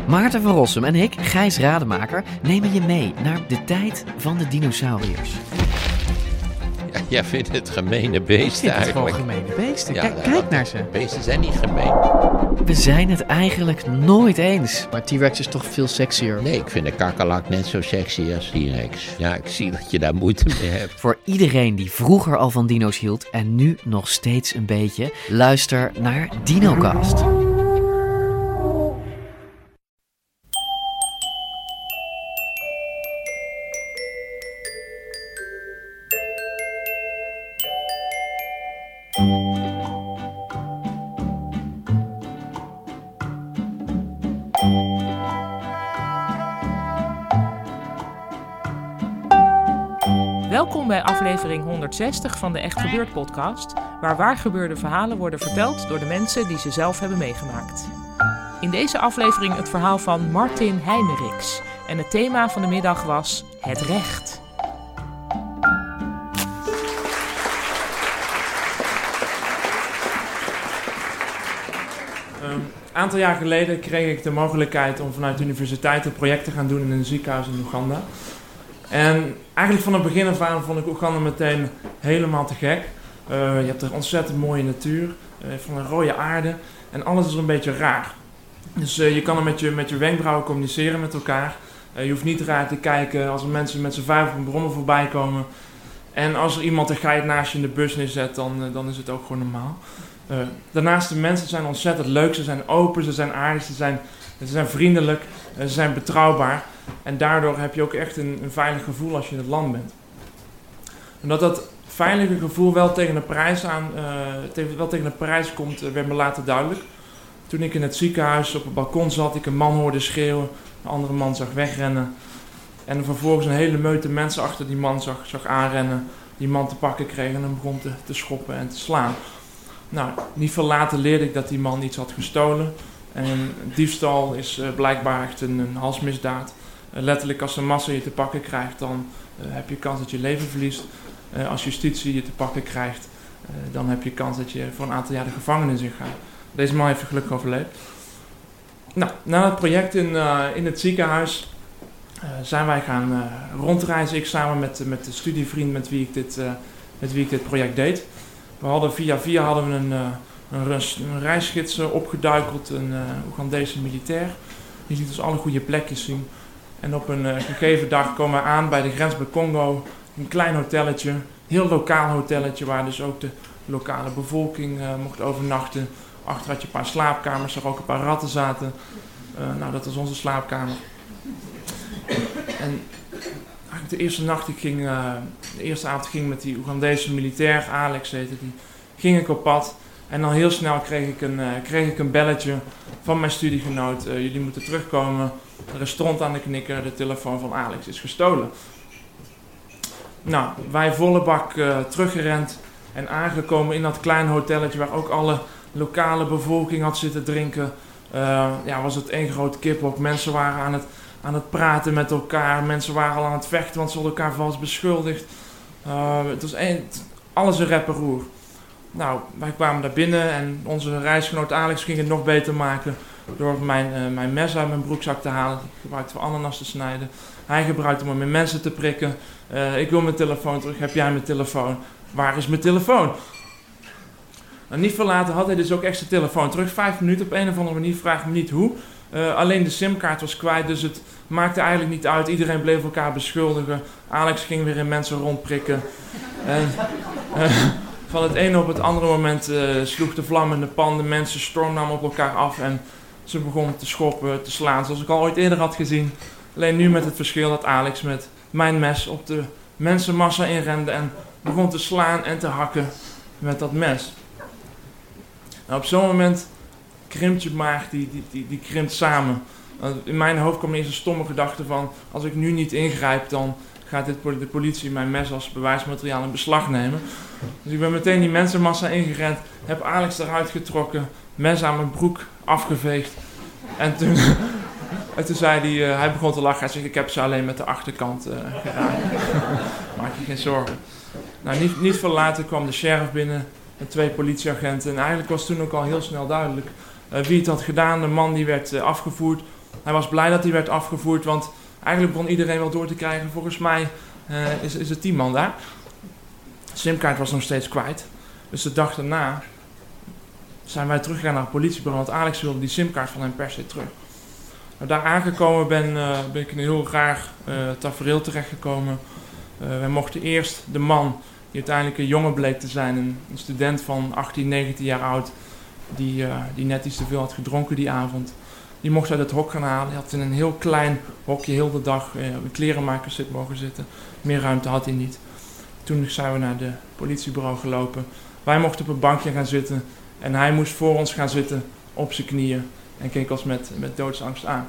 Maarten van Rossum en ik, Gijs Rademaker, nemen je mee naar de tijd van de dinosauriërs. Ja, jij vindt het gemene beesten eigenlijk. Het gewoon gemene beesten. Ja, Kijk naar ze. Beesten zijn niet gemeen. We zijn het eigenlijk nooit eens. Maar T-Rex is toch veel sexier. Nee, ik vind de kakkerlak net zo sexy als T-Rex. Ja, ik zie dat je daar moeite mee hebt. Voor iedereen die vroeger al van dino's hield en nu nog steeds een beetje, luister naar DinoCast. Welkom bij aflevering 160 van de Echt Gebeurd podcast, waar gebeurde verhalen worden verteld door de mensen die ze zelf hebben meegemaakt. In deze aflevering het verhaal van Martin Heijmerichs en het thema van de middag was het recht. Een aantal jaar geleden kreeg ik de mogelijkheid om vanuit de universiteit een project te gaan doen in een ziekenhuis in Oeganda. En eigenlijk van het begin af aan vond ik Oeganda meteen helemaal te gek. Je hebt er ontzettend mooie natuur, van een rode aarde en alles is een beetje raar. Dus je kan er met je wenkbrauwen communiceren met elkaar. Je hoeft niet raar te kijken als er mensen met z'n vijf op een brommer voorbij komen. En als er iemand een geit naast je in de bus neerzet, dan is het ook gewoon normaal. Daarnaast, de mensen zijn ontzettend leuk, ze zijn open, ze zijn aardig, ze zijn vriendelijk, ze zijn betrouwbaar. En daardoor heb je ook echt een veilig gevoel als je in het land bent. En dat veilige gevoel wel tegen de prijs komt, werd me later duidelijk. Toen ik in het ziekenhuis op het balkon zat, ik een man hoorde schreeuwen, een andere man zag wegrennen. En vervolgens een hele meute mensen achter die man zag aanrennen, die man te pakken kreeg en hem begon te schoppen en te slaan. Nou, niet veel later leerde ik dat die man iets had gestolen. En diefstal is blijkbaar echt een halsmisdaad. Letterlijk, als de massa je te pakken krijgt, dan heb je kans dat je leven verliest. Als justitie je te pakken krijgt, dan heb je kans dat je voor een aantal jaar de gevangenis in gaat. Deze man heeft gelukkig overleefd. Nou, na het project in het ziekenhuis zijn wij gaan rondreizen. Ik samen met de studievriend met wie ik dit project deed. We hadden via hadden we een reisgids opgeduikeld, een Oegandese militair. Die liet ons alle goede plekjes zien. En op een gegeven dag komen we aan bij de grens met Congo. Een klein hotelletje, heel lokaal hotelletje, waar dus ook de lokale bevolking mocht overnachten. Achter had je een paar slaapkamers, waar ook een paar ratten zaten. Nou, dat was onze slaapkamer. En eigenlijk de eerste avond ging met die Oegandese militair, Alex heette die, ging ik op pad. En dan heel snel kreeg ik een belletje van mijn studiegenoot. Jullie moeten terugkomen. Er is stront aan de knikker, de telefoon van Alex is gestolen. Nou, wij volle bak teruggerend en aangekomen in dat kleine hotelletje waar ook alle lokale bevolking had zitten drinken. Was het één groot kiphok. Mensen waren aan het praten met elkaar. Mensen waren al aan het vechten, want ze hadden elkaar vals beschuldigd. Het was alles een rep en roer. Nou, wij kwamen daar binnen en onze reisgenoot Alex ging het nog beter maken door mijn mes uit mijn broekzak te halen. Ik gebruikte voor ananas te snijden. Hij gebruikte hem om met mensen te prikken. Ik wil mijn telefoon terug. Heb jij mijn telefoon? Waar is mijn telefoon? Nou, niet veel later had hij dus ook echt zijn telefoon terug. 5 minuten op een of andere manier, vraag me niet hoe. Alleen de simkaart was kwijt, dus het maakte eigenlijk niet uit. Iedereen bleef elkaar beschuldigen. Alex ging weer in mensen rondprikken. En van het ene op het andere moment sloeg de vlam in de pan. De mensen stormden op elkaar af en ze begonnen te schoppen, te slaan. Zoals ik al ooit eerder had gezien. Alleen nu met het verschil dat Alex met mijn mes op de mensenmassa inrende en begon te slaan en te hakken met dat mes. Nou, op zo'n moment krimpt je maag, die krimpt samen. In mijn hoofd kwam eerst een stomme gedachte van, als ik nu niet ingrijp, dan gaat de politie mijn mes als bewijsmateriaal in beslag nemen. Dus ik ben meteen die mensenmassa ingerend, heb Alex eruit getrokken, mes aan mijn broek afgeveegd. En toen zei hij begon te lachen, hij zei, ik heb ze alleen met de achterkant geraakt. Maak je geen zorgen. Nou, niet veel later kwam de sheriff binnen met 2 politieagenten. En eigenlijk was toen ook al heel snel duidelijk wie het had gedaan. De man die werd afgevoerd Hij was blij dat hij werd afgevoerd, want eigenlijk begon iedereen wel door te krijgen. Volgens mij is het die man daar. De simkaart was nog steeds kwijt. Dus de dag daarna zijn wij teruggegaan naar het politiebureau, want Alex wilde die simkaart van hem per se terug. Nou, daar aangekomen ben ik in een heel raar tafereel terechtgekomen. Wij mochten eerst de man, die uiteindelijk een jongen bleek te zijn, een student van 18, 19 jaar oud, die net iets te veel had gedronken die avond. Die mocht uit het hok gaan halen. Hij had in een heel klein hokje heel de dag op een klerenmakerszit mogen zitten. Meer ruimte had hij niet. Toen zijn we naar het politiebureau gelopen. Wij mochten op een bankje gaan zitten en hij moest voor ons gaan zitten op zijn knieën en keek ons met doodsangst aan.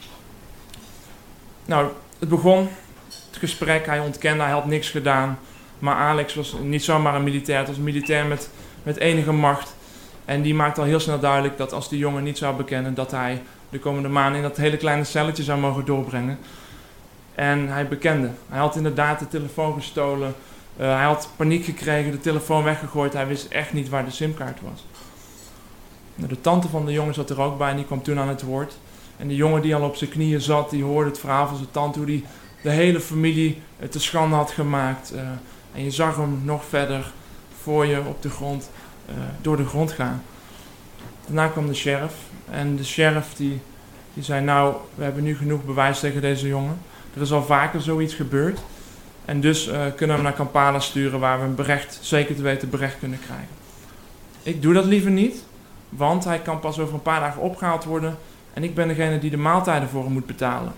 Nou, het begon, het gesprek, hij ontkende, hij had niks gedaan. Maar Alex was niet zomaar een militair, het was een militair met enige macht. En die maakte al heel snel duidelijk dat als die jongen niet zou bekennen, dat hij de komende maanden in dat hele kleine celletje zou mogen doorbrengen. En hij bekende. Hij had inderdaad de telefoon gestolen. Hij had paniek gekregen, de telefoon weggegooid. Hij wist echt niet waar de simkaart was. Nou, de tante van de jongen zat er ook bij en die kwam toen aan het woord. En de jongen die al op zijn knieën zat, die hoorde het verhaal van zijn tante, hoe die de hele familie te schande had gemaakt. En je zag hem nog verder voor je op de grond, door de grond gaan. Daarna kwam de sheriff. En de sheriff die zei, nou, we hebben nu genoeg bewijs tegen deze jongen. Er is al vaker zoiets gebeurd. En dus kunnen we hem naar Kampala sturen waar we hem berecht, zeker te weten, berecht kunnen krijgen. Ik doe dat liever niet, want hij kan pas over een paar dagen opgehaald worden. En ik ben degene die de maaltijden voor hem moet betalen.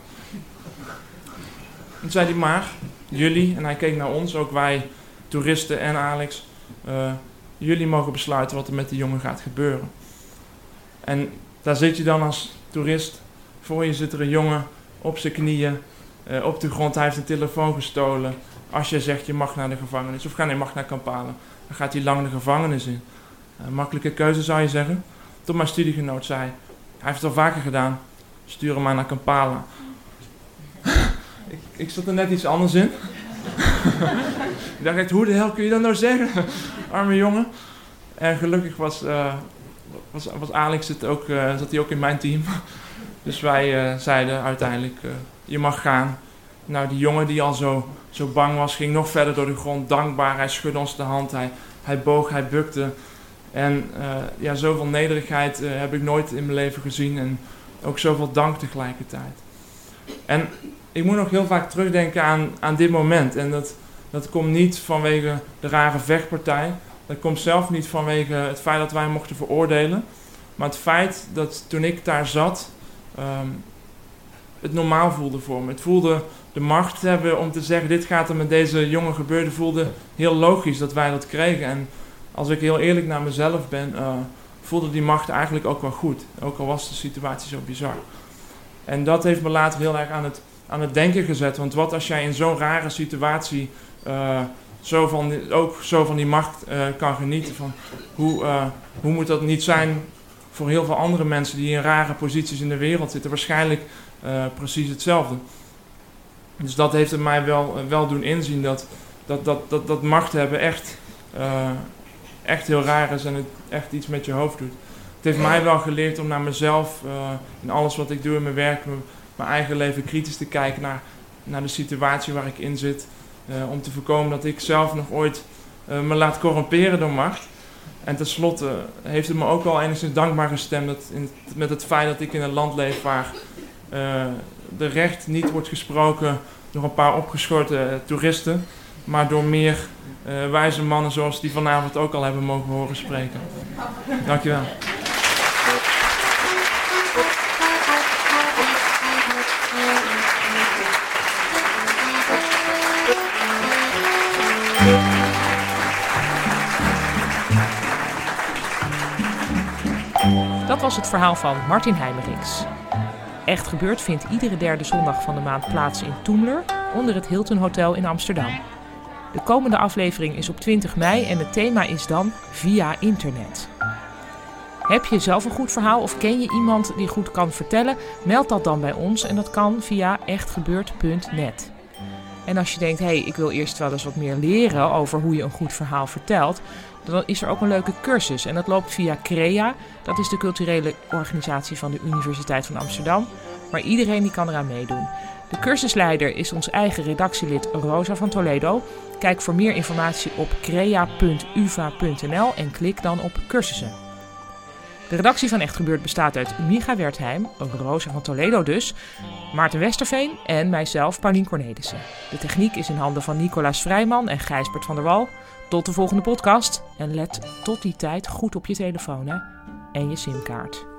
Toen zei hij maar, jullie, en hij keek naar ons, ook wij toeristen en Alex, jullie mogen besluiten wat er met die jongen gaat gebeuren. En daar zit je dan als toerist, voor je zit er een jongen op zijn knieën, op de grond, hij heeft een telefoon gestolen. Als je zegt je mag naar de gevangenis, of je mag naar Kampala, dan gaat hij lang de gevangenis in. Makkelijke keuze zou je zeggen. Tot mijn studiegenoot zei, hij heeft het al vaker gedaan, stuur hem maar naar Kampala. ik zat er net iets anders in. Ik dacht echt, hoe de hel kun je dat nou zeggen? Arme jongen. En gelukkig was Alex zat hij ook in mijn team. Dus wij zeiden uiteindelijk, je mag gaan. Nou, die jongen die al zo bang was, ging nog verder door de grond, dankbaar. Hij schudde ons de hand, hij boog, hij bukte. En zoveel nederigheid heb ik nooit in mijn leven gezien. En ook zoveel dank tegelijkertijd. En ik moet nog heel vaak terugdenken aan dit moment. En dat komt niet vanwege de rare vechtpartij. Dat komt zelf niet vanwege het feit dat wij hem mochten veroordelen. Maar het feit dat toen ik daar zat, het normaal voelde voor me. Het voelde de macht hebben om te zeggen, dit gaat er met deze jongen gebeuren. Voelde heel logisch dat wij dat kregen. En als ik heel eerlijk naar mezelf ben, voelde die macht eigenlijk ook wel goed. Ook al was de situatie zo bizar. En dat heeft me later heel erg aan het denken gezet. Want wat als jij in zo'n rare situatie zo van die macht kan genieten. Van hoe moet dat niet zijn voor heel veel andere mensen die in rare posities in de wereld zitten. Waarschijnlijk precies hetzelfde. Dus dat heeft het mij wel doen inzien dat macht hebben echt heel raar is en het echt iets met je hoofd doet. Het heeft mij wel geleerd om naar mezelf, in alles wat ik doe in mijn werk, mijn eigen leven kritisch te kijken naar de situatie waar ik in zit. Om te voorkomen dat ik zelf nog ooit me laat corromperen door macht. En tenslotte heeft het me ook wel enigszins dankbaar gestemd met het feit dat ik in een land leef waar de recht niet wordt gesproken door een paar opgeschoten toeristen, maar door meer wijze mannen zoals die vanavond ook al hebben mogen horen spreken. Dankjewel. Dat was het verhaal van Martin Heijmerichs. Echt Gebeurd vindt iedere derde zondag van de maand plaats in Toemler, onder het Hilton Hotel in Amsterdam. De komende aflevering is op 20 mei en het thema is dan via internet. Heb je zelf een goed verhaal of ken je iemand die goed kan vertellen? Meld dat dan bij ons en dat kan via echtgebeurd.net. En als je denkt, ik wil eerst wel eens wat meer leren over hoe je een goed verhaal vertelt, dan is er ook een leuke cursus en dat loopt via CREA. Dat is de culturele organisatie van de Universiteit van Amsterdam. maar iedereen die kan eraan meedoen. De cursusleider is ons eigen redactielid Rosa van Toledo. Kijk voor meer informatie op crea.uva.nl en klik dan op cursussen. De redactie van Echt Gebeurd bestaat uit Micha Wertheim, Rosa van Toledo dus, Maarten Westerveen en mijzelf, Paulien Cornelissen. De techniek is in handen van Nicolaas Vrijman en Gijsbert van der Wal. Tot de volgende podcast en let tot die tijd goed op je telefoon en je simkaart.